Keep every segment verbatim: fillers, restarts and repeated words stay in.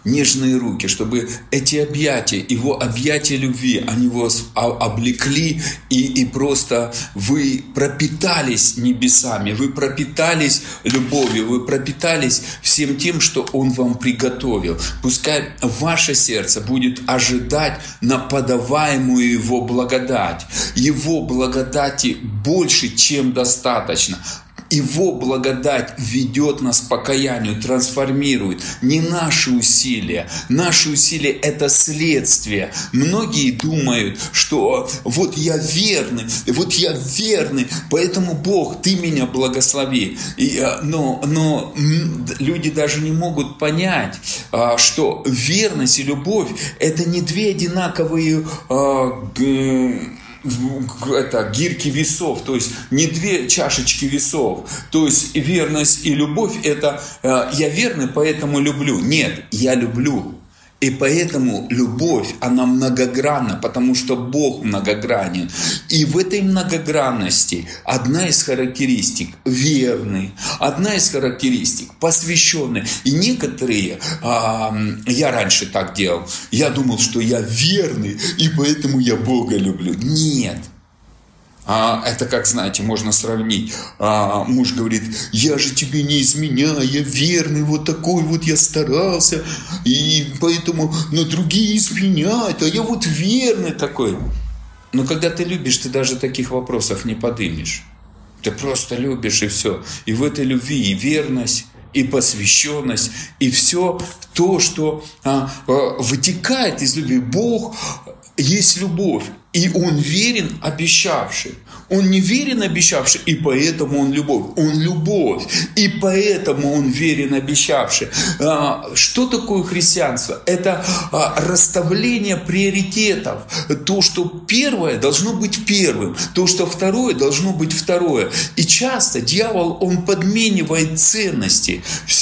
нежные руки, чтобы эти объятия, его объятия любви, они вас облекли, и, и просто вы пропитались небесами, вы пропитались любовью, вы пропитались всем тем, что Он вам приготовил. Пускай ваше сердце будет ожидать на подаваемую Его благодать. Его благодати больше, чем достаточно. Его благодать ведет нас к покаянию, трансформирует. Не наши усилия. Наши усилия – это следствие. Многие думают, что вот я верный, вот я верный, поэтому Бог, Ты меня благослови. И, но, но люди даже не могут понять, что верность и любовь – это не две одинаковые это гирьки весов, то есть не две чашечки весов. То есть верность и любовь – это э, я верный, поэтому люблю. Нет, я люблю. И поэтому любовь, она многогранна, потому что Бог многогранен. И в этой многогранности одна из характеристик – верный, одна из характеристик – посвященный. И некоторые, а, я раньше так делал, я думал, что я верный, и поэтому я Бога люблю. Нет. А, это как, знаете, можно сравнить. А, муж говорит: я же тебе не изменяю, я верный, вот такой вот я старался, и поэтому, но другие изменяют, а я вот верный такой. Но когда ты любишь, ты даже таких вопросов не подымешь. Ты просто любишь, и все. И в этой любви и верность, и посвященность, и все то, что а, а, вытекает из любви. Бог есть любовь. И Он верен обещавший. Он не верен обещавший, и поэтому Он любовь. Он любовь, и поэтому Он верен обещавший. Что такое христианство? Это расставление приоритетов. То, что первое должно быть первым. То, что второе должно быть второе. И часто дьявол, он подменивает ценности.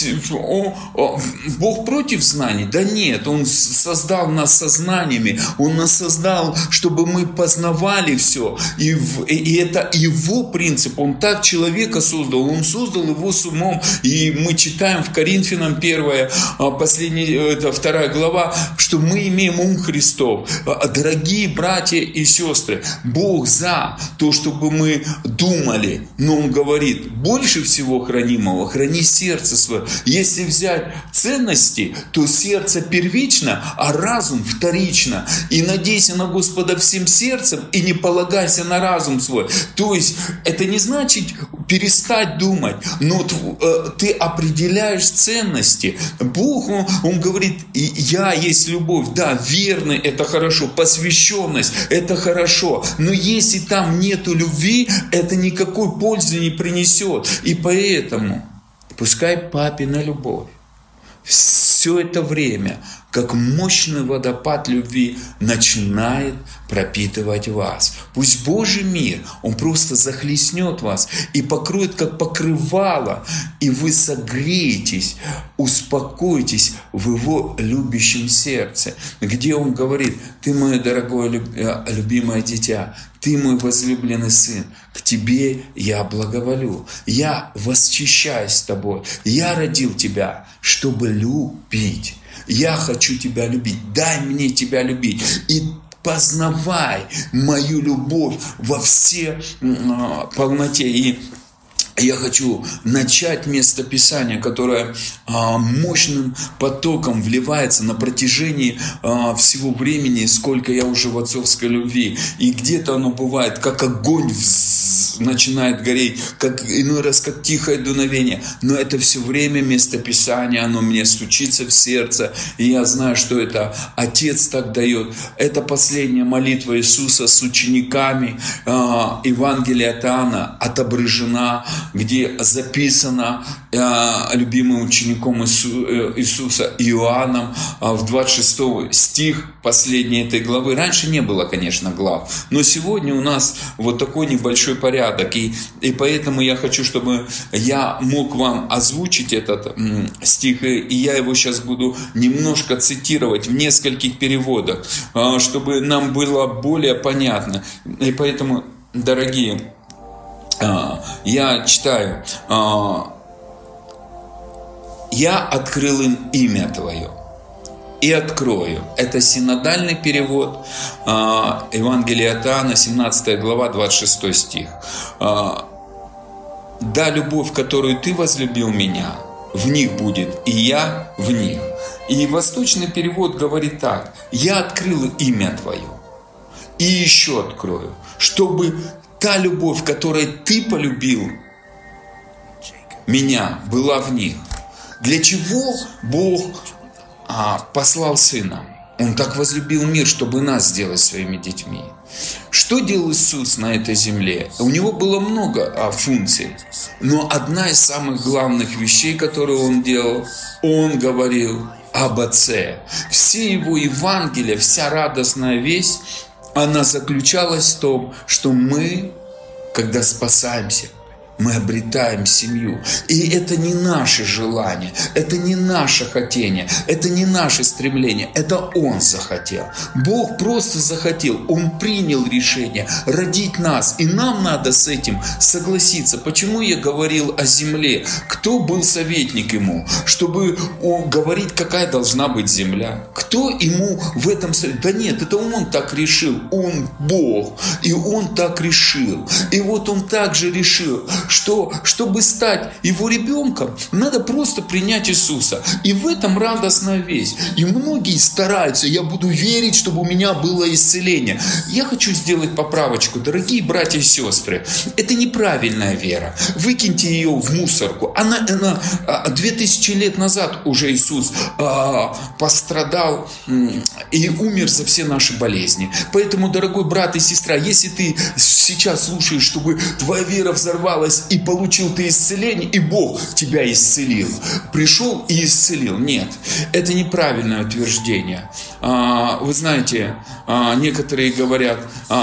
Бог против знаний? Да нет. Он создал нас сознаниями. Он нас создал, чтобы мы мы познавали все. И, и это Его принцип. Он так человека создал. Он создал его с умом. И мы читаем в Коринфянам первая, последняя, это вторая глава, что мы имеем ум Христов. Дорогие братья и сестры, Бог за то, чтобы мы думали. Но Он говорит: больше всего хранимого храни сердце свое. Если взять ценности, то сердце первично, а разум вторично. И надейся на Господа всем сердцем и не полагайся на разум свой. То есть это не значит перестать думать, но ты определяешь ценности. Бог, Он, он говорит: я есть любовь. Да, верный — это хорошо, посвященность — это хорошо, но если там нету любви, это никакой пользы не принесет. И поэтому пускай папина любовь все это время, как мощный водопад любви, начинает пропитывать вас. Пусть Божий мир, Он просто захлестнет вас и покроет, как покрывало, и вы согреетесь, успокойтесь в Его любящем сердце, где Он говорит: ты мое дорогое, любимое дитя, ты мой возлюбленный сын, к тебе я благоволю, я восхищаюсь с тобой, я родил тебя, чтобы любить. Я хочу тебя любить, дай мне тебя любить. И познавай мою любовь во всей полноте. И я хочу начать местописание, которое мощным потоком вливается на протяжении всего времени, сколько я уже в отцовской любви. И где-то оно бывает, как огонь начинает гореть, как иной раз, как тихое дуновение. Но это все время местописание, оно мне стучится в сердце. И я знаю, что это Отец так дает. Это последняя молитва Иисуса с учениками. Евангелие от Иоанна отображена, где записано э, любимым учеником Иису, э, Иисуса Иоанном э, в двадцать шестой стих последней этой главы. Раньше не было, конечно, глав, но сегодня у нас вот такой небольшой порядок. И, и поэтому я хочу, чтобы я мог вам озвучить этот м, стих, и я его сейчас буду немножко цитировать в нескольких переводах, э, чтобы нам было более понятно. И поэтому, дорогие, я читаю: «Я открыл им имя Твое». и открою». Это синодальный перевод Евангелия от Иоанна, семнадцатая глава, двадцать шестой стих. «Да, любовь, которую ты возлюбил меня, в них будет, и я в них». И восточный перевод говорит так: «Я открыл имя твое, и еще открою, чтобы та любовь, которой ты полюбил меня, была в них». Для чего Бог а, послал Сына? Он так возлюбил мир, чтобы нас сделать своими детьми. Что делал Иисус на этой земле? У него было много а, функций, но одна из самых главных вещей, которые он делал, он говорил об Отце. Все его Евангелия, вся радостная весть, она заключалась в том, что мы, когда спасаемся, мы обретаем семью. И это не наше желание, это не наше хотение, это не наше стремление, это Он захотел. Бог просто захотел, Он принял решение родить нас, и нам надо с этим согласиться. Почему я говорил о земле? Кто был советник Ему, чтобы говорить, какая должна быть земля? Кто Ему в этом советовал? Да нет, это Он так решил, Он Бог, и Он так решил. И вот Он также решил, что, чтобы стать Его ребенком, надо просто принять Иисуса. И в этом радостная весть. И многие стараются: я буду верить, чтобы у меня было исцеление. Я хочу сделать поправочку, дорогие братья и сестры. Это неправильная вера. Выкиньте ее в мусорку. Она, она две тысячи лет назад уже Иисус а, пострадал и умер за все наши болезни. Поэтому, дорогой брат и сестра, если ты сейчас слушаешь, чтобы твоя вера взорвалась и получил ты исцеление, и Бог тебя исцелил, пришел и исцелил. Нет, это неправильное утверждение. Вы знаете, некоторые говорят: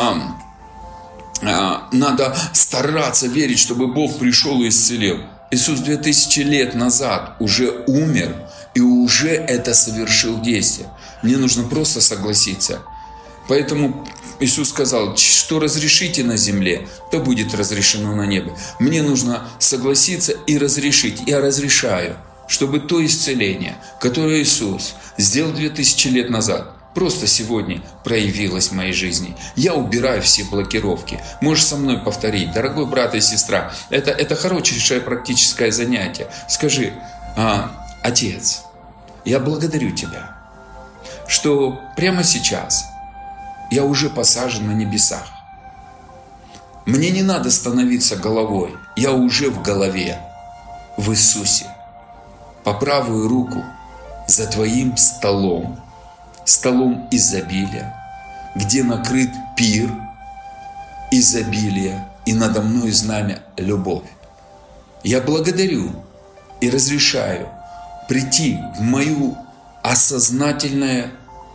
надо стараться верить, чтобы Бог пришел и исцелил. Иисус две тысячи лет назад уже умер и уже это совершил действие. Мне нужно просто согласиться. Поэтому Иисус сказал: что разрешите на земле, то будет разрешено на небе. Мне нужно согласиться и разрешить. Я разрешаю, чтобы то исцеление, которое Иисус сделал две тысячи лет назад, просто сегодня проявилось в моей жизни. Я убираю все блокировки. Можешь со мной повторить, дорогой брат и сестра. Это, это хорошее практическое занятие. Скажи: а, Отец, я благодарю Тебя, что прямо сейчас я уже посажен на небесах. Мне не надо становиться головой. Я уже в голове, в Иисусе. По правую руку за Твоим столом, столом изобилия, где накрыт пир изобилия, и надо мной знамя любовь. Я благодарю и разрешаю прийти в мою осознательное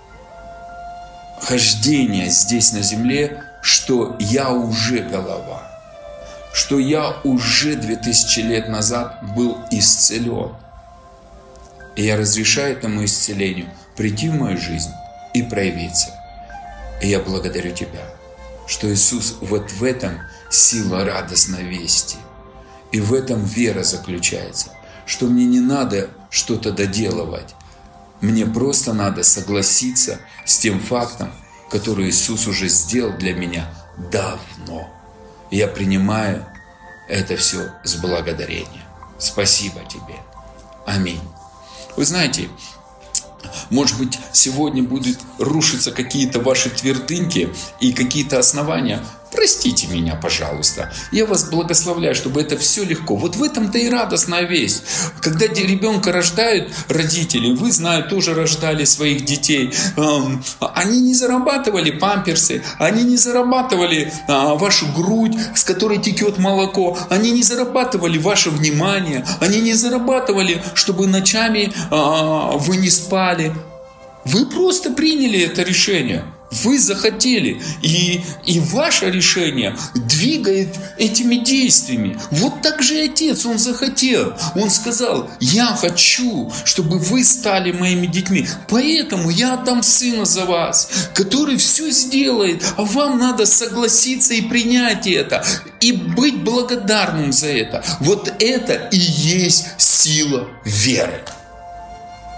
хождение здесь на земле, что я уже голова, что я уже две тысячи лет назад был исцелен. И я разрешаю этому исцелению прийти в мою жизнь и проявиться. И я благодарю Тебя, что Иисус, вот в этом сила радостной вести. И в этом вера заключается, что мне не надо что-то доделывать. Мне просто надо согласиться с тем фактом, который Иисус уже сделал для меня давно. Я принимаю это все с благодарением. Спасибо Тебе. Аминь. Вы знаете, может быть, сегодня будут рушиться какие-то ваши твердыньки и какие-то основания. Простите меня, пожалуйста. Я вас благословляю, чтобы это все легко. Вот в этом-то и радостная весть. Когда ребенка рождают родители, вы, знаю, тоже рождали своих детей. Они не зарабатывали памперсы, они не зарабатывали вашу грудь, с которой текет молоко. Они не зарабатывали ваше внимание. Они не зарабатывали, чтобы ночами вы не спали. Вы просто приняли это решение. Вы захотели, и, и ваше решение двигает этими действиями. Вот так же и Отец, Он захотел. Он сказал: я хочу, чтобы вы стали моими детьми. Поэтому я отдам Сына за вас, который все сделает. А вам надо согласиться и принять это. И быть благодарным за это. Вот это и есть сила веры.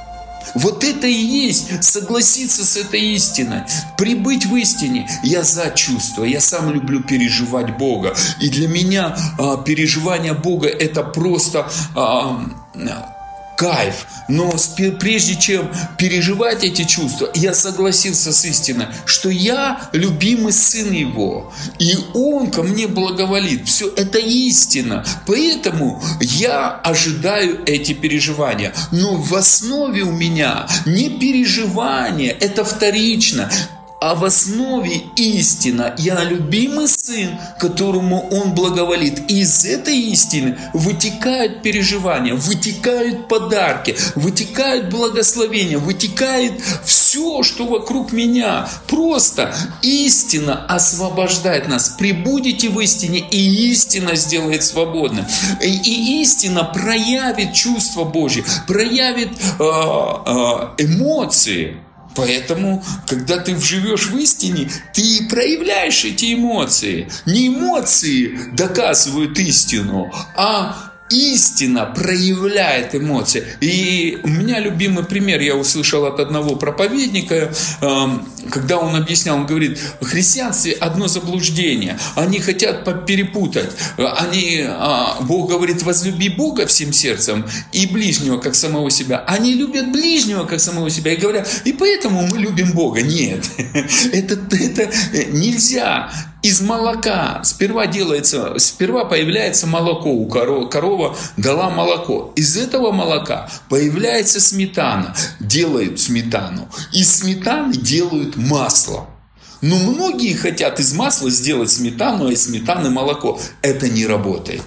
Вот это и есть согласиться с этой истиной, прибыть в истине. Я за чувство, я сам люблю переживать Бога. И для меня а, переживание Бога это просто а, кайф. Но прежде чем переживать эти чувства, я согласился с истиной, что я любимый сын Его. И Он ко мне благоволит. Все это истина. Поэтому я ожидаю эти переживания. Но в основе у меня не переживания, это вторично. А в основе истина. Я любимый сын, которому Он благоволит. И из этой истины вытекают переживания, вытекают подарки, вытекают благословения, вытекает все, что вокруг меня. Просто истина освобождает нас. Прибудете в истине, и истина сделает свободным. И истина проявит чувство Божье, проявит э, э, эмоции. Поэтому, когда ты живешь в истине, ты проявляешь эти эмоции. Не эмоции доказывают истину, а истина проявляет эмоции. И у меня любимый пример я услышал от одного проповедника, когда он объяснял, он говорит, в христианстве одно заблуждение. Они хотят перепутать. Они, Бог говорит, возлюби Бога всем сердцем и ближнего, как самого себя. Они любят ближнего, как самого себя, и говорят, и поэтому мы любим Бога. Нет, это, это нельзя. Из молока сперва делается, сперва появляется молоко у коровы, корова дала молоко. Из этого молока появляется сметана, делают сметану. Из сметаны делают масло. Но многие хотят из масла сделать сметану, а из сметаны молоко. Это не работает.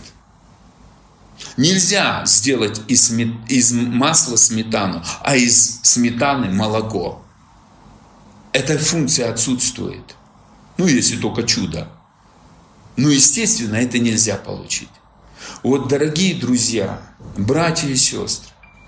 Нельзя сделать из, из масла сметану, а из сметаны молоко. Эта функция отсутствует. Ну, если только чудо. Но, естественно, это нельзя получить. Вот, дорогие друзья, братья и сестры,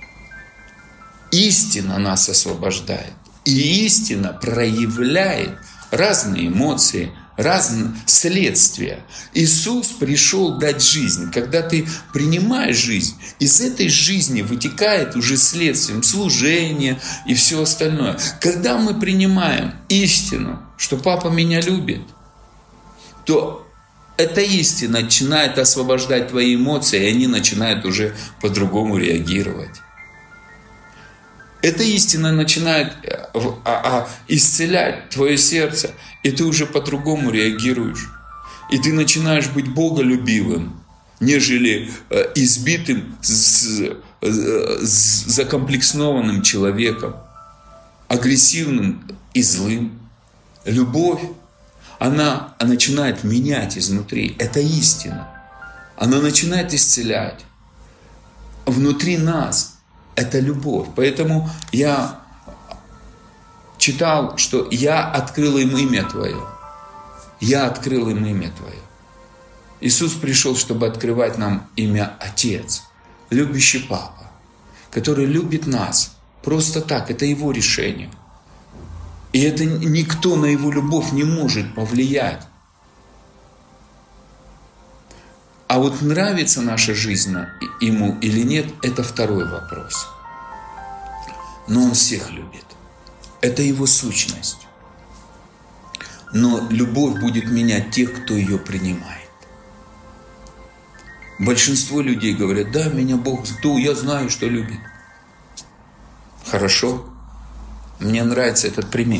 истина нас освобождает. И истина проявляет разные эмоции, разные следствия. Иисус пришел дать жизнь. Когда ты принимаешь жизнь, из этой жизни вытекает уже следствием служение и все остальное. Когда мы принимаем истину, что папа меня любит, то эта истина начинает освобождать твои эмоции, и они начинают уже по-другому реагировать. Эта истина начинает исцелять твое сердце, и ты уже по-другому реагируешь. И ты начинаешь быть боголюбивым, нежели избитым, закомплексованным человеком, агрессивным и злым. Любовь, она начинает менять изнутри. Это истина. Она начинает исцелять. Внутри нас это любовь. Поэтому я читал, что я открыл им имя Твое. Я открыл им имя Твое. Иисус пришел, чтобы открывать нам имя Отец, любящий Папа, который любит нас просто так. Это Его решение. И это никто на Его любовь не может повлиять. А вот нравится наша жизнь Ему или нет, это второй вопрос. Но Он всех любит. Это Его сущность. Но любовь будет менять тех, кто ее принимает. Большинство людей говорят, да, меня Бог, да, я знаю, что любит. Хорошо. Мне нравится этот пример.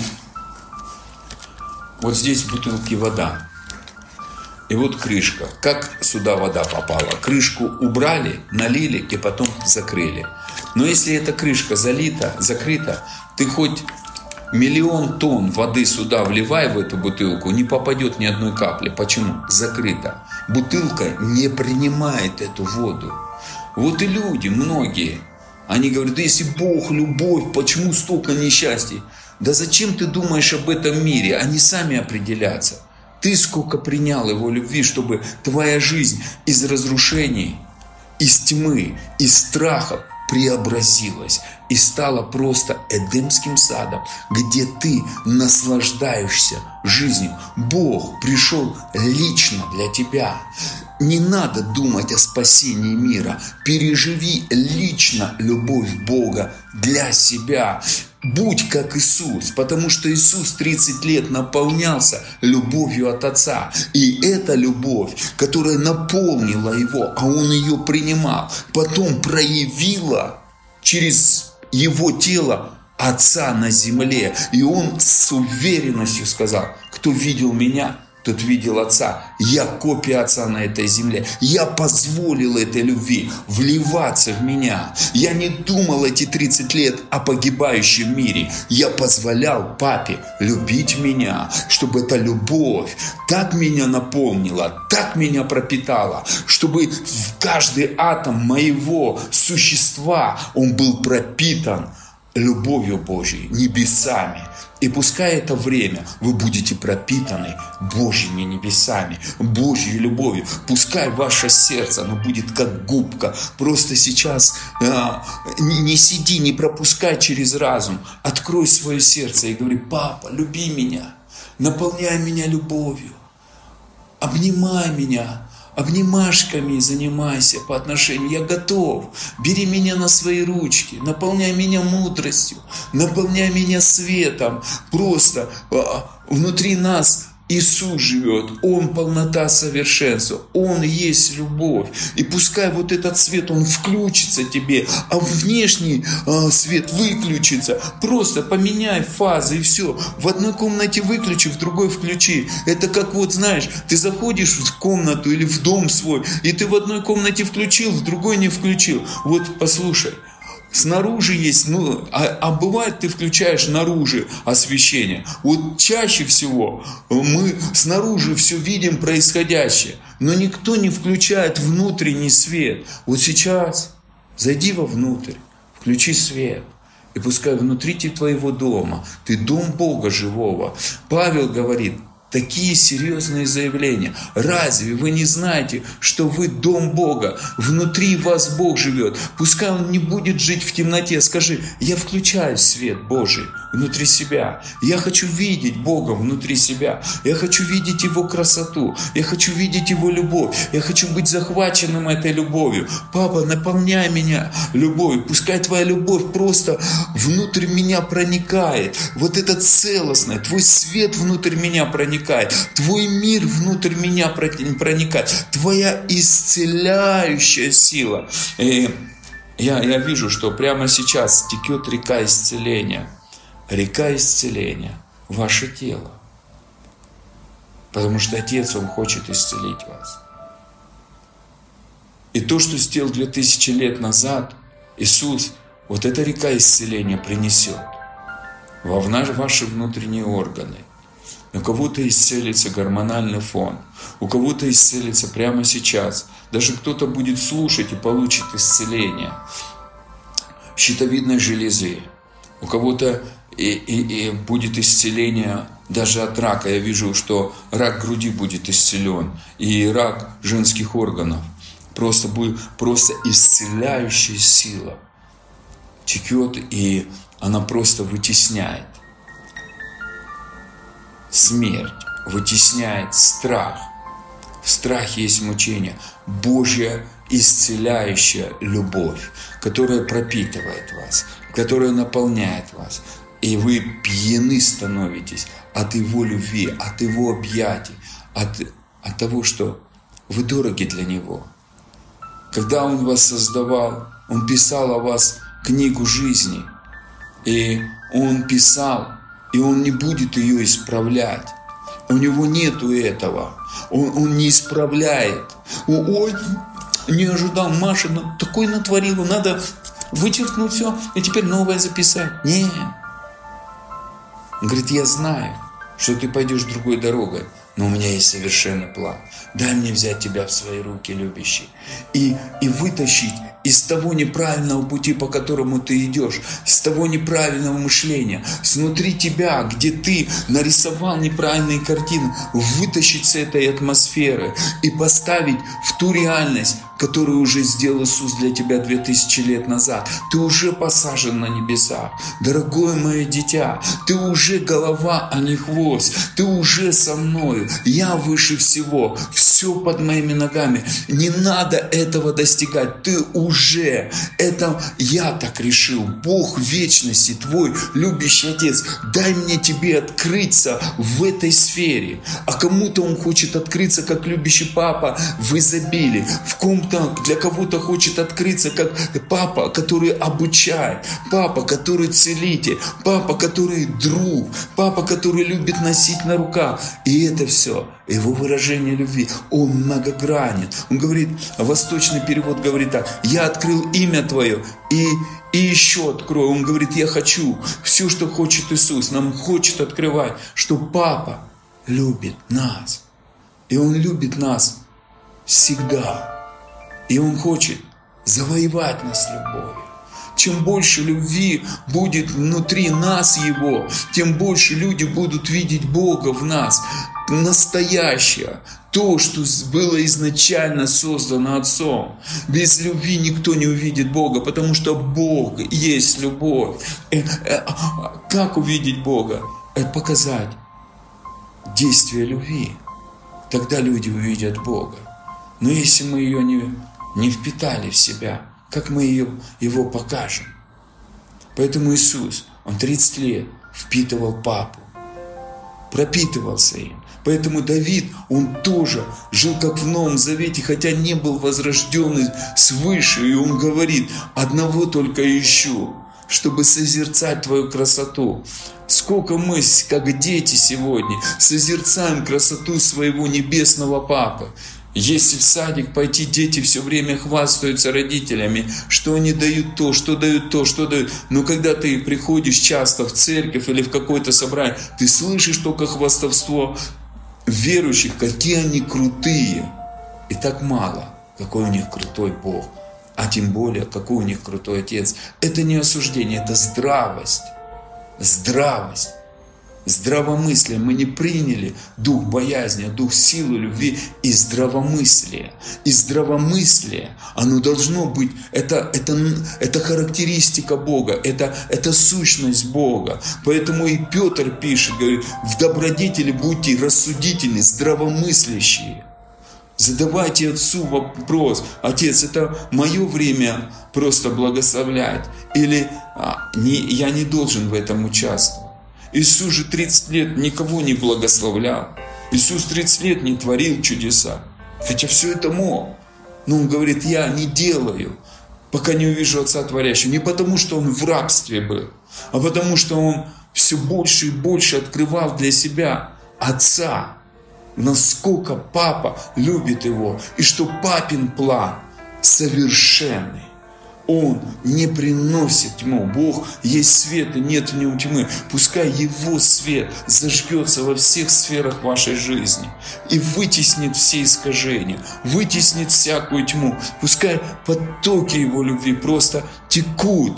Вот здесь в бутылке вода. И вот крышка. Как сюда вода попала? Крышку убрали, налили и потом закрыли. Но если эта крышка залита, закрыта, ты хоть миллион тонн воды сюда вливай в эту бутылку, не попадет ни одной капли. Почему? Закрыта. Бутылка не принимает эту воду. Вот и люди, многие, они говорят, да если Бог любовь, почему столько несчастий? Да зачем ты думаешь об этом мире? Они сами определятся. Ты сколько принял Его любви, чтобы твоя жизнь из разрушений, из тьмы, из страхов преобразилась и стала просто Эдемским садом, где ты наслаждаешься жизнью. Бог пришел лично для тебя. Не надо думать о спасении мира. Переживи лично любовь Бога для себя. Будь как Иисус, потому что Иисус тридцать лет наполнялся любовью от Отца. И эта любовь, которая наполнила Его, а Он ее принимал, потом проявила через Его тело Отца на земле. И Он с уверенностью сказал: кто видел Меня, тот видел Отца. Я копия Отца на этой земле. Я позволил этой любви вливаться в меня. Я не думал эти тридцать лет о погибающем мире. Я позволял Папе любить меня, чтобы эта любовь так меня наполнила, так меня пропитала, чтобы в каждый атом моего существа он был пропитан любовью Божьей, небесами. И пускай это время вы будете пропитаны Божьими небесами, Божьей любовью. Пускай ваше сердце, оно будет как губка. Просто сейчас а, не, не сиди, не пропускай через разум. Открой свое сердце и говори: папа, люби меня, наполняй меня любовью, обнимай меня. Обнимашками занимайся по отношению. Я готов. Бери меня на свои ручки. Наполняй меня мудростью. Наполняй меня светом. Просто внутри нас Иисус живет. Он полнота совершенства. Он есть любовь. И пускай вот этот свет, он включится тебе, а внешний а, свет выключится. Просто поменяй фазы и все. В одной комнате выключи, в другой включи. Это как вот, знаешь, ты заходишь в комнату или в дом свой, и ты в одной комнате включил, в другой не включил. Вот послушай. Снаружи есть, ну, а, а бывает, ты включаешь наружу освещение. Вот чаще всего мы снаружи все видим происходящее, но никто не включает внутренний свет. Вот сейчас зайди вовнутрь, включи свет, и пускай внутри твоего дома, ты дом Бога живого. Павел говорит такие серьезные заявления. Разве вы не знаете, что вы дом Бога? Внутри вас Бог живет. Пускай Он не будет жить в темноте. Скажи: я включаю свет Божий внутри себя. Я хочу видеть Бога внутри себя. Я хочу видеть Его красоту. Я хочу видеть Его любовь. Я хочу быть захваченным этой любовью. Папа, наполняй меня любовью. Пускай Твоя любовь просто внутрь меня проникает. Вот это целостное. Твой свет внутрь меня проникает. Твой мир внутрь меня проникает. Твоя исцеляющая сила. И я, я вижу, что прямо сейчас текет река исцеления. Река исцеления. Ваше тело. Потому что Отец, Он хочет исцелить вас. И то, что сделал две тысячи лет назад Иисус, вот эта река исцеления принесет во ваши внутренние органы. У кого-то исцелится гормональный фон, у кого-то исцелится прямо сейчас. Даже кто-то будет слушать и получит исцеление щитовидной железы. У кого-то и, и, и будет исцеление даже от рака. Я вижу, что рак груди будет исцелен, и рак женских органов. Просто будет просто исцеляющая сила текет, и она просто вытесняет смерть, вытесняет страх. В страхе есть мучение. Божья исцеляющая любовь, которая пропитывает вас, которая наполняет вас. И вы пьяны становитесь от Его любви, от Его объятий, от, от того, что вы дороги для Него. Когда Он вас создавал, Он писал о вас книгу жизни. И Он писал, и Он не будет ее исправлять. У Него нету этого. Он, он не исправляет. Ой, не ожидал, Маша, ну, такой натворила, надо вычеркнуть все и теперь новое записать. Нет. Он говорит: я знаю, что ты пойдешь другой дорогой, но у меня есть совершенный план. Дай мне взять тебя в свои руки, любящий, и, и вытащить из того неправильного пути, по которому ты идешь, из того неправильного мышления, снутри тебя, где ты нарисовал неправильные картины, вытащить с этой атмосферы и поставить в ту реальность, которую уже сделал Иисус для тебя две тысячи лет назад. Ты уже посажен на небесах. Дорогое мое дитя, ты уже голова, а не хвост. Ты уже со мною. Я выше всего. Все под моими ногами. Не надо этого достигать. Ты уже. Это я так решил. Бог вечности, твой любящий Отец. Дай мне тебе открыться в этой сфере. А кому-то Он хочет открыться, как любящий папа в изобилии. В ком Для кого-то хочет открыться как папа, который обучает, папа, который целитель, папа, который друг, папа, который любит носить на руках. И это все, его выражение любви, он многогранен. Он говорит, восточный перевод говорит так: я открыл имя твое и, и еще открою. Он говорит, я хочу все, что хочет Иисус, нам хочет открывать, что папа любит нас. И он любит нас всегда. И Он хочет завоевать нас любовью. Чем больше любви будет внутри нас Его, тем больше люди будут видеть Бога в нас. Настоящее, то, что было изначально создано Отцом. Без любви никто не увидит Бога, потому что Бог есть любовь. Как увидеть Бога? Это показать действие любви. Тогда люди увидят Бога. Но если мы ее не... не впитали в себя, как мы ее, его покажем? Поэтому Иисус, Он тридцать лет впитывал папу, пропитывался им. Поэтому Давид, он тоже жил как в Новом Завете, хотя не был возрожден свыше. И он говорит, одного только ищу, чтобы созерцать Твою красоту. Сколько мы, как дети сегодня, созерцаем красоту своего небесного Папы. Если в садик пойти, дети все время хвастаются родителями, что они дают то, что дают то, что дают. Но когда ты приходишь часто в церковь или в какое-то собрание, ты слышишь только хвастовство верующих, какие они крутые. И так мало, какой у них крутой Бог. А тем более, какой у них крутой Отец. Это не осуждение, это здравость. Здравость. Здравомыслие. Мы не приняли дух боязни, а дух силы, любви и здравомыслия. И здравомыслие, оно должно быть, это, это, это характеристика Бога, это, это сущность Бога. Поэтому и Петр пишет, говорит, в добродетели будьте рассудительны, здравомыслящие. Задавайте Отцу вопрос: Отец, это мое время просто благословлять? Или а, не, я не должен в этом участвовать? Иисус же тридцать лет никого не благословлял. Иисус тридцать лет не творил чудеса. Хотя все это мог. Но Он говорит, я не делаю, пока не увижу Отца Творящего. Не потому, что Он в рабстве был, а потому, что Он все больше и больше открывал для себя Отца. Насколько Папа любит Его. И что Папин план совершенный. Он не приносит тьму. Бог есть свет, и нет в нем тьмы. Пускай Его свет зажгется во всех сферах вашей жизни и вытеснит все искажения, вытеснит всякую тьму. Пускай потоки Его любви просто текут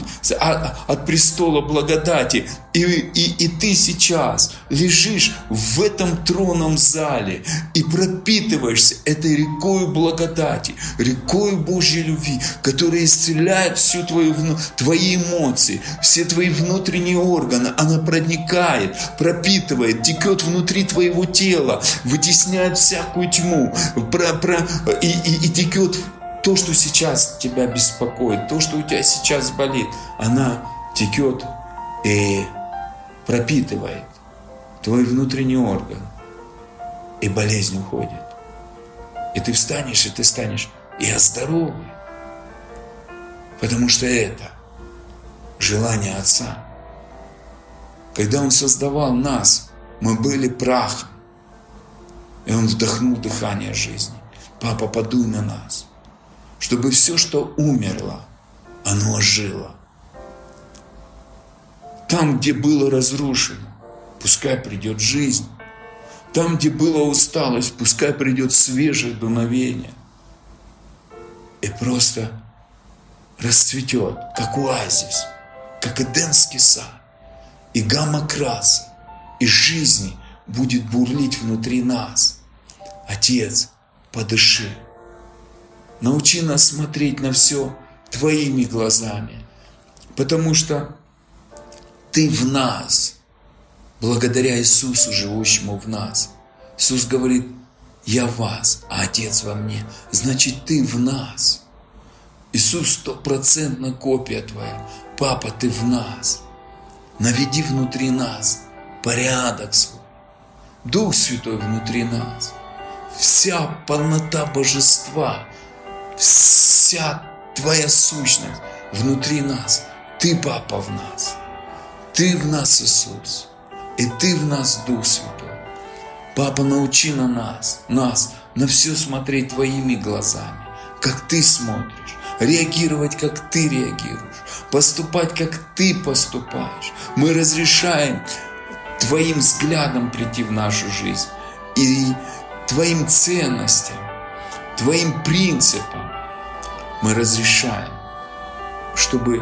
от престола благодати. И, и, и ты сейчас лежишь в этом тронном зале и пропитываешься этой рекой благодати, рекой Божьей любви, которая исцеляет всю твою, твои эмоции, все твои внутренние органы. Она проникает, пропитывает, текет внутри твоего тела, вытесняет всякую тьму про, про, и, и, и текет то, что сейчас тебя беспокоит, то, что у тебя сейчас болит. Она текет и пропитывает твой внутренний орган, и болезнь уходит. И ты встанешь, и ты станешь и здоровый. Потому что это желание Отца. Когда Он создавал нас, мы были прахом, и Он вдохнул дыхание жизни. Папа, подуй на нас, чтобы все, что умерло, оно ожило. Там, где было разрушено, пускай придет жизнь. Там, где была усталость, пускай придет свежее дуновение. И просто расцветет, как оазис, как Эдемский сад, и гамма красок, и жизни будет бурлить внутри нас. Отец, подыши. Научи нас смотреть на все Твоими глазами, потому что Ты в нас, благодаря Иисусу, живущему в нас. Иисус говорит: я в вас, а Отец во мне. Значит, Ты в нас. Иисус стопроцентная копия Твоя. Папа, Ты в нас. Наведи внутри нас порядок свой. Дух Святой внутри нас. Вся полнота Божества, вся Твоя сущность внутри нас. Ты, Папа, в нас. Ты в нас, Иисус. И Ты в нас, Дух Святой. Папа, научи на нас, нас, на все смотреть Твоими глазами, как Ты смотришь, реагировать, как Ты реагируешь, поступать, как Ты поступаешь. Мы разрешаем Твоим взглядом прийти в нашу жизнь и Твоим ценностям, Твоим принципам. Мы разрешаем, чтобы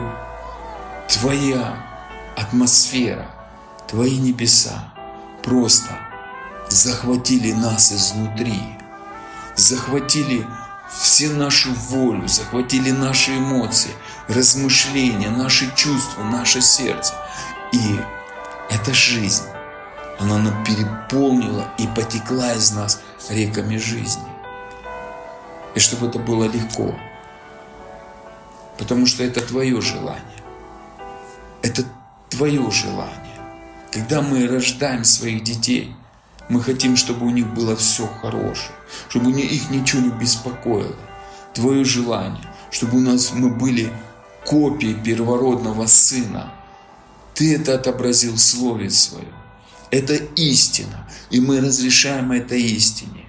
Твоя атмосфера, Твои небеса просто захватили нас изнутри, захватили всю нашу волю, захватили наши эмоции, размышления, наши чувства, наше сердце. И эта жизнь, она нам переполнила и потекла из нас реками жизни. И чтобы это было легко, потому что это Твое желание. Это Твое желание. Когда мы рождаем своих детей, мы хотим, чтобы у них было все хорошее, чтобы их ничего не беспокоило. Твое желание, чтобы у нас мы были копией первородного Сына. Ты это отобразил в Слове Своем. Это истина, и мы разрешаем этой истине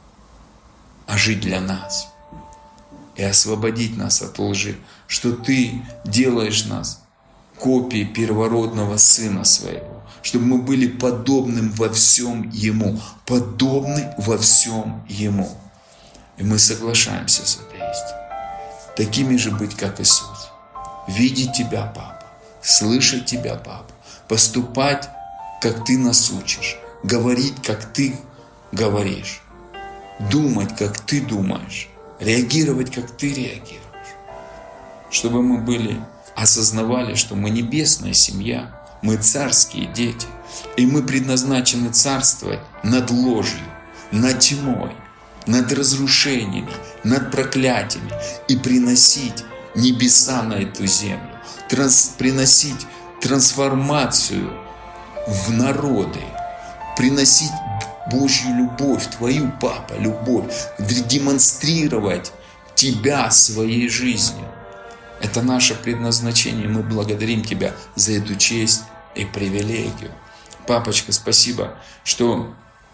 ожить для нас и освободить нас от лжи, что Ты делаешь нас копией первородного Сына Своего, чтобы мы были подобным во всем Ему, подобны во всем Ему. И мы соглашаемся с этой истиной. Такими же быть, как Иисус. Видеть Тебя, Папа, слышать Тебя, Папа, поступать, как Ты нас учишь, говорить, как Ты говоришь, думать, как Ты думаешь, реагировать, как Ты реагируешь. Чтобы мы были, осознавали, что мы небесная семья, мы царские дети, и мы предназначены царствовать над ложью, над тьмой, над разрушениями, над проклятиями и приносить небеса на эту землю, транс, приносить трансформацию в народы, приносить Божью любовь, Твою, Папа, любовь, демонстрировать Тебя своей жизнью. Это наше предназначение. Мы благодарим Тебя за эту честь и привилегию. Папочка, спасибо, что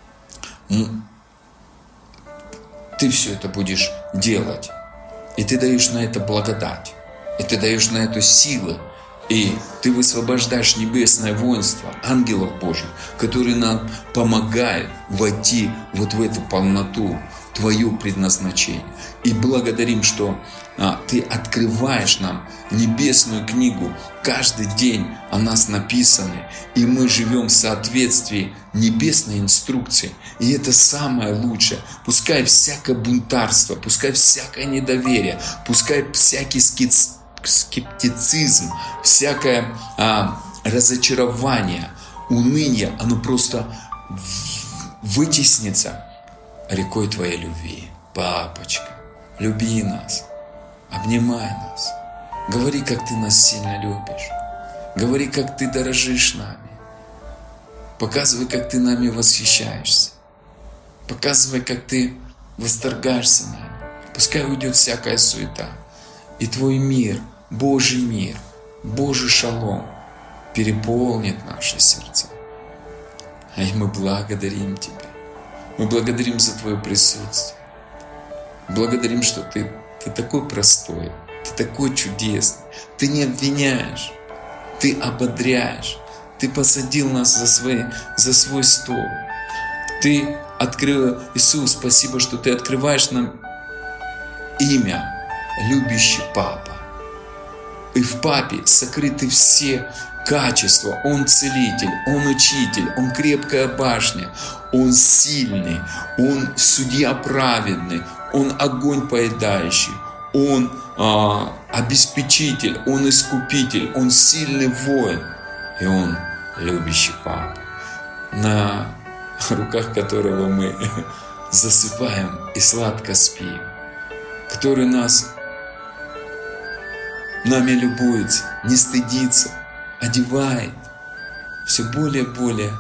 Ты все это будешь делать. И Ты даешь на это благодать. И Ты даешь на это силы. И Ты высвобождаешь небесное воинство, ангелов Божьих, которые нам помогают войти вот в эту полноту, Твое предназначение. И благодарим, что а, Ты открываешь нам небесную книгу. Каждый день о нас написаны. И мы живем в соответствии небесной инструкции. И это самое лучшее. Пускай всякое бунтарство, пускай всякое недоверие, пускай всякий скиц, скептицизм, всякое а, разочарование, уныние, оно просто вытеснится рекой Твоей любви. Папочка, люби нас, обнимай нас, говори, как Ты нас сильно любишь, говори, как Ты дорожишь нами, показывай, как Ты нами восхищаешься, показывай, как Ты восторгаешься нами. Пускай уйдет всякая суета, и Твой мир, Божий мир, Божий шалом переполнит наши сердца. И мы благодарим Тебя. Мы благодарим за Твое присутствие. Благодарим, что Ты, ты такой простой, Ты такой чудесный. Ты не обвиняешь, Ты ободряешь. Ты посадил нас за, свои, за свой стол. Ты открыл, Иисус, спасибо, что Ты открываешь нам имя любящий Папа. И в Папе сокрыты все качества. Он целитель, Он учитель, Он крепкая башня, Он сильный, Он судья праведный, Он огонь поедающий, Он а, обеспечитель, Он искупитель, Он сильный воин, и Он любящий Папа, на руках которого мы засыпаем и сладко спим, который нас нами любуется, не стыдится, одевает все более и более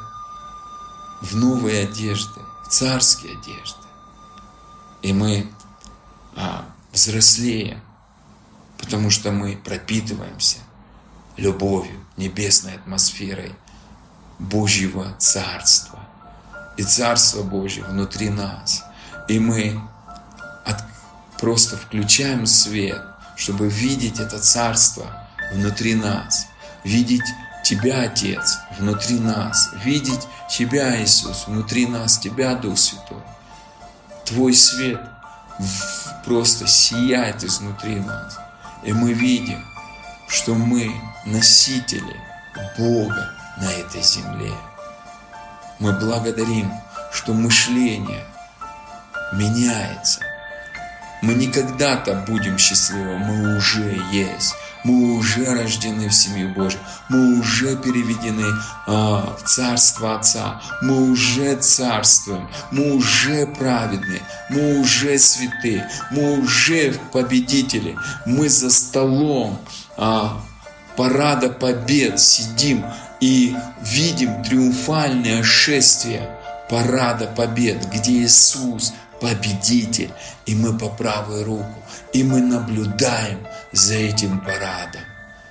в новые одежды, в царские одежды. И мы а, взрослеем, потому что мы пропитываемся любовью, небесной атмосферой Божьего Царства. И Царство Божье внутри нас. И мы от, просто включаем свет, чтобы видеть это Царство внутри нас. Видеть Тебя, Отец, внутри нас. Видеть Тебя, Иисус, внутри нас. Тебя, Дух Святой. Твой свет просто сияет изнутри нас. И мы видим, что мы носители Бога на этой земле. Мы благодарим, что мышление меняется. Мы не когда-то будем счастливы, мы уже есть. Мы уже рождены в семью Божию. Мы уже переведены а, в Царство Отца. Мы уже царствуем. Мы уже праведны. Мы уже святы. Мы уже победители. Мы за столом а, парада побед сидим и видим триумфальное шествие парада побед, где Иисус победитель, и мы по правую руку, и мы наблюдаем за этим парадом.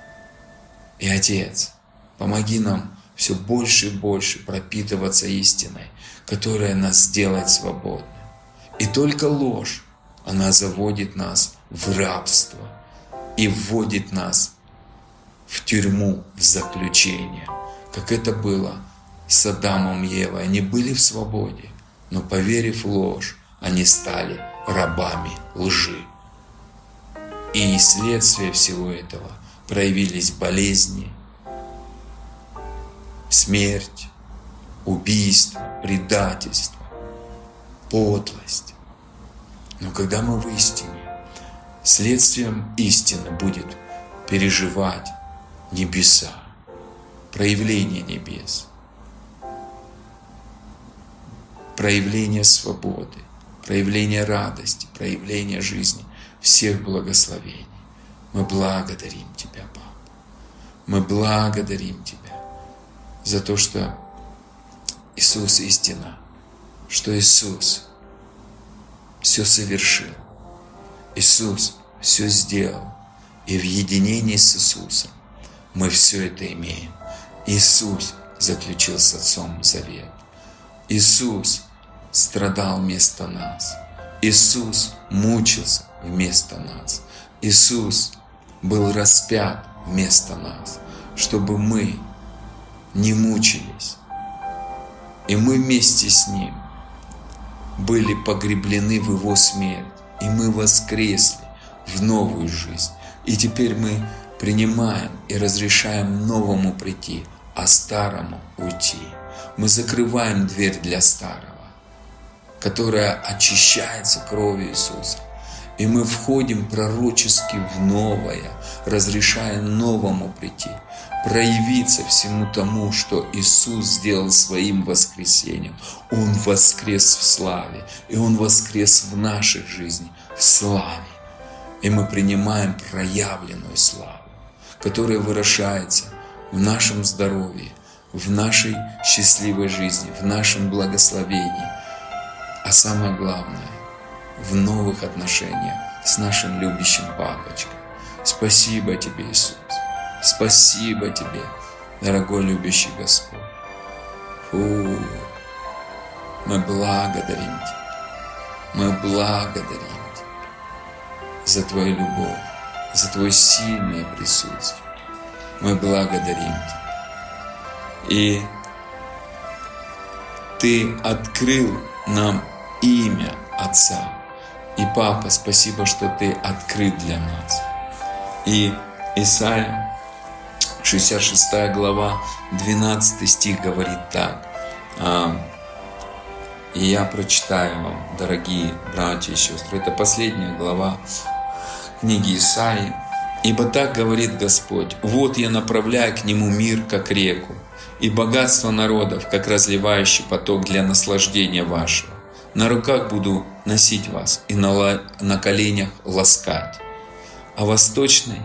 И, Отец, помоги нам все больше и больше пропитываться истиной, которая нас сделает свободными. И только ложь, она заводит нас в рабство и вводит нас в тюрьму, в заключение, как это было с Адамом и Евой. Они были в свободе, но, поверив в ложь, они стали рабами лжи. И следствие всего этого проявились болезни, смерть, убийство, предательство, подлость. Но когда мы в истине, следствием истины будет переживать небеса, проявление небес, проявление свободы, проявление радости, проявление жизни, всех благословений. Мы благодарим Тебя, Папа. Мы благодарим Тебя за то, что Иисус истина, что Иисус все совершил. Иисус все сделал. И в единении с Иисусом мы все это имеем. Иисус заключил с Отцом завет. Иисус страдал вместо нас. Иисус мучился вместо нас. Иисус был распят вместо нас, чтобы мы не мучились. И мы вместе с Ним были погреблены в Его смерть. И мы воскресли в новую жизнь. И теперь мы принимаем и разрешаем новому прийти, а старому уйти. Мы закрываем дверь для старого, которая очищается кровью Иисуса. И мы входим пророчески в новое, разрешая новому прийти, проявиться всему тому, что Иисус сделал своим воскресением. Он воскрес в славе, и Он воскрес в нашей жизни в славе. И мы принимаем проявленную славу, которая выражается в нашем здоровье, в нашей счастливой жизни, в нашем благословении, а самое главное, в новых отношениях с нашим любящим Папочкой. Спасибо Тебе, Иисус. Спасибо Тебе, дорогой любящий Господь. Фу. Мы благодарим Тебя. Мы благодарим Тебя за Твою любовь, за Твое сильное присутствие. Мы благодарим Тебя. И Ты открыл нам имя Отца. И, Папа, спасибо, что Ты открыт для нас. И Исайя, шестьдесят шестая глава, двенадцатый стих говорит так. И я прочитаю вам, дорогие братья и сестры. Это последняя глава книги Исаии. «Ибо так говорит Господь, вот я направляю к нему мир, как реку, и богатство народов, как разливающий поток для наслаждения вашего. На руках буду носить вас и на, на коленях ласкать». А восточный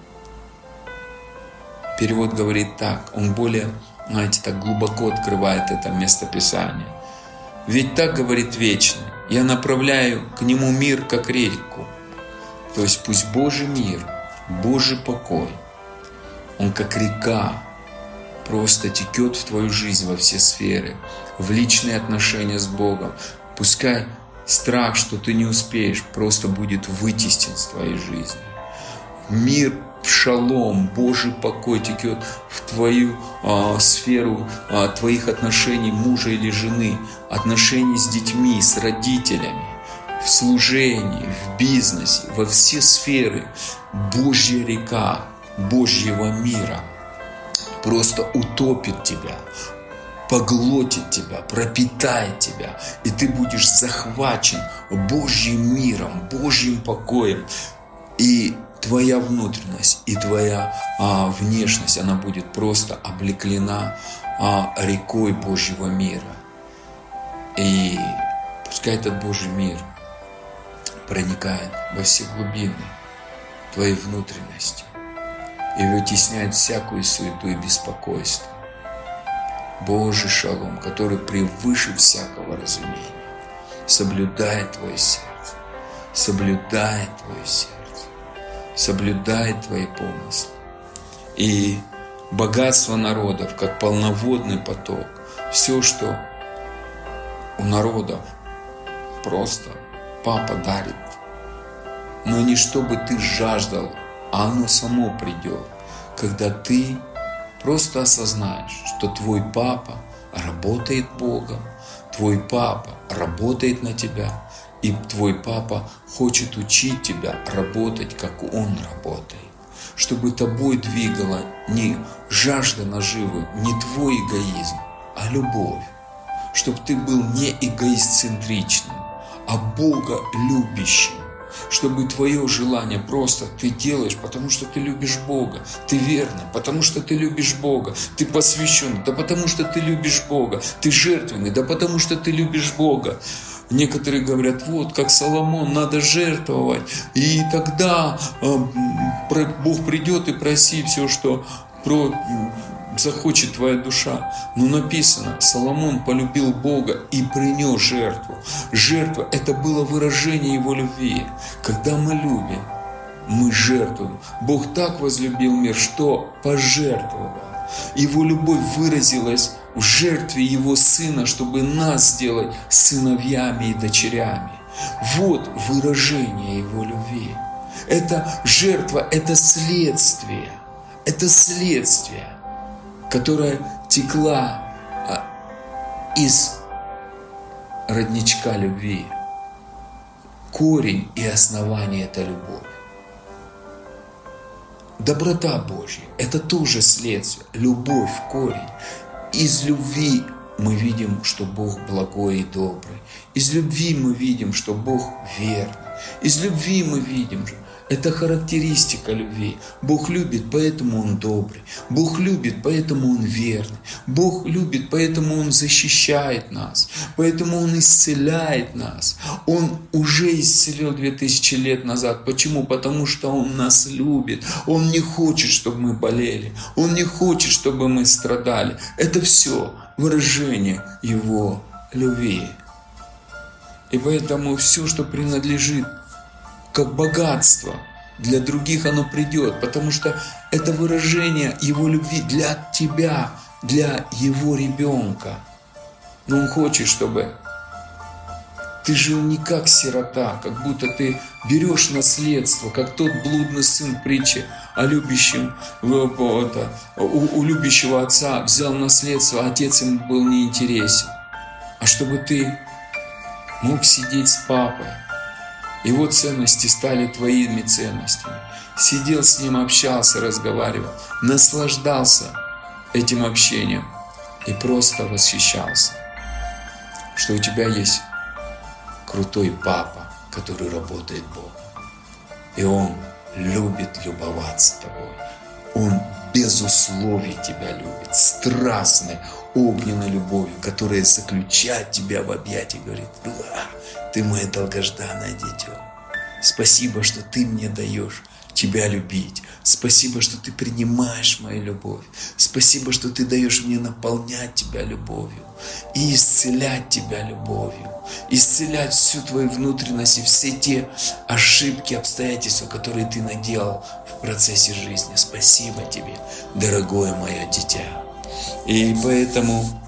перевод говорит так, он более, знаете, так глубоко открывает это местописание. «Ведь так говорит Вечный, я направляю к нему мир, как реку». То есть пусть Божий мир, Божий покой, он как река просто текет в твою жизнь во все сферы, в личные отношения с Богом. Пускай страх, что ты не успеешь, просто будет вытеснен из твоей жизни. Мир, шалом, Божий покой текет в твою а, сферу а, твоих отношений мужа или жены, отношений с детьми, с родителями, в служении, в бизнесе, во все сферы. Божья река Божьего мира просто утопит тебя, поглотит тебя, пропитает тебя, и ты будешь захвачен Божьим миром, Божьим покоем. И твоя внутренность и твоя а, внешность, она будет просто облеклена а, рекой Божьего мира. И пускай этот Божий мир проникает во все глубины твоей внутренности и вытесняет всякую суету и беспокойство. Божий шалом, который превыше всякого разумения, соблюдает твое сердце, соблюдает твое сердце, соблюдает твои помыслы. И богатство народов, как полноводный поток, все, что у народов просто Папа дарит, но не чтобы ты жаждал, а оно само придет, когда ты просто осознаешь, что твой Папа работает Богом, твой Папа работает на тебя, и твой Папа хочет учить тебя работать, как Он работает, чтобы тобой двигала не жажда наживы, не твой эгоизм, а любовь, чтобы ты был не эгоисцентричным, а Бога любящим, чтобы твое желание просто ты делаешь, потому что ты любишь Бога, ты верный, потому что ты любишь Бога, ты посвященный, да потому что ты любишь Бога, ты жертвенный, да потому что ты любишь Бога. Некоторые говорят, вот как Соломон, надо жертвовать, и тогда э, Бог придет и проси все, что про, захочет твоя душа. Но написано, Соломон полюбил Бога и принес жертву. Жертва – это было выражение Его любви. Когда мы любим, мы жертвуем. Бог так возлюбил мир, что пожертвовал. Его любовь выразилась в жертве Его Сына, чтобы нас сделать сыновьями и дочерями. Вот выражение Его любви. Это жертва, это следствие. Это следствие, которое текла из родничка любви. Корень и основание – это любовь. Доброта Божья – это тоже следствие. Любовь – корень. Из любви мы видим, что Бог благой и добрый. Из любви мы видим, что Бог верный. Из любви мы видим, что это характеристика любви. Бог любит, поэтому Он добрый. Бог любит, поэтому Он верный. Бог любит, поэтому Он защищает нас. Поэтому Он исцеляет нас. Он уже исцелил две тысячи лет назад. Почему? Потому что Он нас любит. Он не хочет, чтобы мы болели. Он не хочет, чтобы мы страдали. Это все выражение Его любви. И поэтому все, что принадлежит как богатство, для других оно придет, потому что это выражение Его любви для тебя, для Его ребенка. Но Он хочет, чтобы ты жил не как сирота, как будто ты берешь наследство, как тот блудный сын в притче о любящем, это, у, у любящего отца взял наследство, а отец ему был неинтересен. А чтобы ты мог сидеть с папой, Его ценности стали твоими ценностями. Сидел с ним, общался, разговаривал, наслаждался этим общением и просто восхищался, что у тебя есть крутой папа, который работает Богом. И он любит любоваться тобой. Он без условий тебя любит, страстной, огненной любовью, которая заключает тебя в объятии, говорит: ты мое долгожданное дитё. Спасибо, что ты мне даешь тебя любить. Спасибо, что ты принимаешь мою любовь. Спасибо, что ты даешь мне наполнять тебя любовью и исцелять тебя любовью. Исцелять всю твою внутренность и все те ошибки, обстоятельства, которые ты наделал в процессе жизни. Спасибо тебе, дорогое мое дитя. И поэтому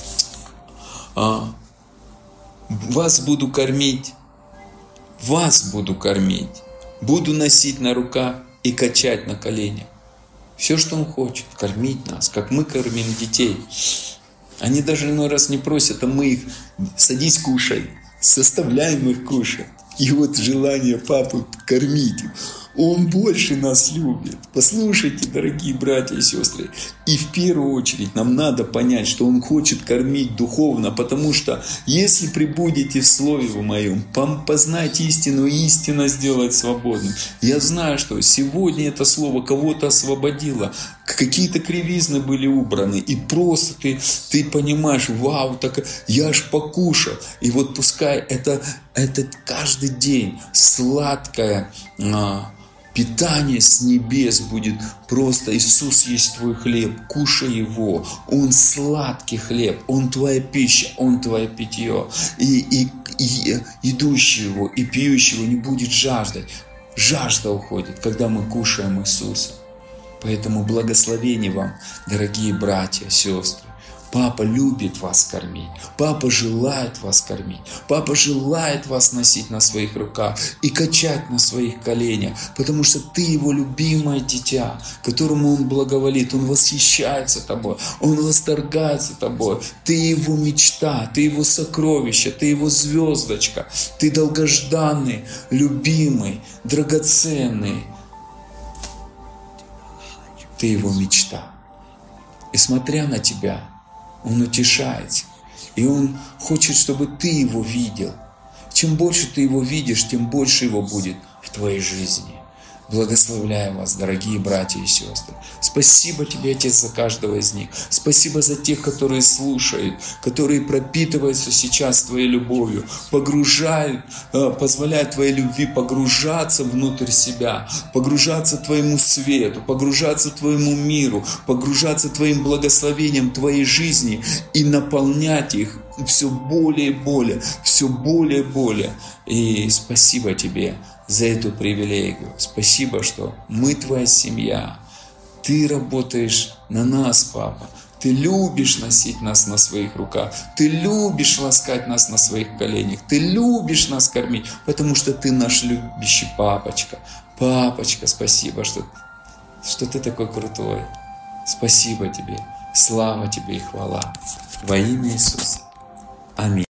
а, вас буду кормить, вас буду кормить, буду носить на руках и качать на коленях. Все, что Он хочет, кормить нас, как мы кормим детей. Они даже иной раз не просят, а мы их: садись, кушай, заставляем их кушать. И вот желание папы кормить. Он больше нас любит. Послушайте, дорогие братья и сестры, и в первую очередь нам надо понять, что Он хочет кормить духовно, потому что если пребудете в Слове Моем, познайте истину, и истина сделает свободным. Я знаю, что сегодня это Слово кого-то освободило, какие-то кривизны были убраны, и просто ты, ты понимаешь: вау, так я ж покушал. И вот пускай это, это каждый день сладкое а, питание с небес будет. Просто Иисус есть твой хлеб, кушай Его. Он сладкий хлеб, Он твоя пища, Он твое питье. И, и, и идущий Его, и пьющий Его не будет жаждать. Жажда уходит, когда мы кушаем Иисуса. Поэтому благословение вам, дорогие братья, сестры. Папа любит вас кормить. Папа желает вас кормить. Папа желает вас носить на своих руках и качать на своих коленях. Потому что ты Его любимое дитя, которому Он благоволит. Он восхищается тобой. Он восторгается тобой. Ты Его мечта. Ты Его сокровище. Ты Его звездочка. Ты долгожданный, любимый, драгоценный. Ты Его мечта. И смотря на тебя, Он утешается. И Он хочет, чтобы ты Его видел. Чем больше ты Его видишь, тем больше Его будет в твоей жизни. Благословляю вас, дорогие братья и сестры. Спасибо тебе, Отец, за каждого из них. Спасибо за тех, которые слушают, которые пропитываются сейчас Твоей любовью, погружают, позволяют Твоей любви погружаться внутрь себя, погружаться Твоему свету, погружаться Твоему миру, погружаться Твоим благословением Твоей жизни и наполнять их все более и более, все более и более. И спасибо Тебе за эту привилегию. Спасибо, что мы Твоя семья. Ты работаешь на нас, Папа. Ты любишь носить нас на своих руках. Ты любишь ласкать нас на своих коленях. Ты любишь нас кормить, потому что Ты наш любящий папочка. Папочка, спасибо, что, что Ты такой крутой. Спасибо Тебе. Слава Тебе и хвала. Во имя Иисуса. Аминь.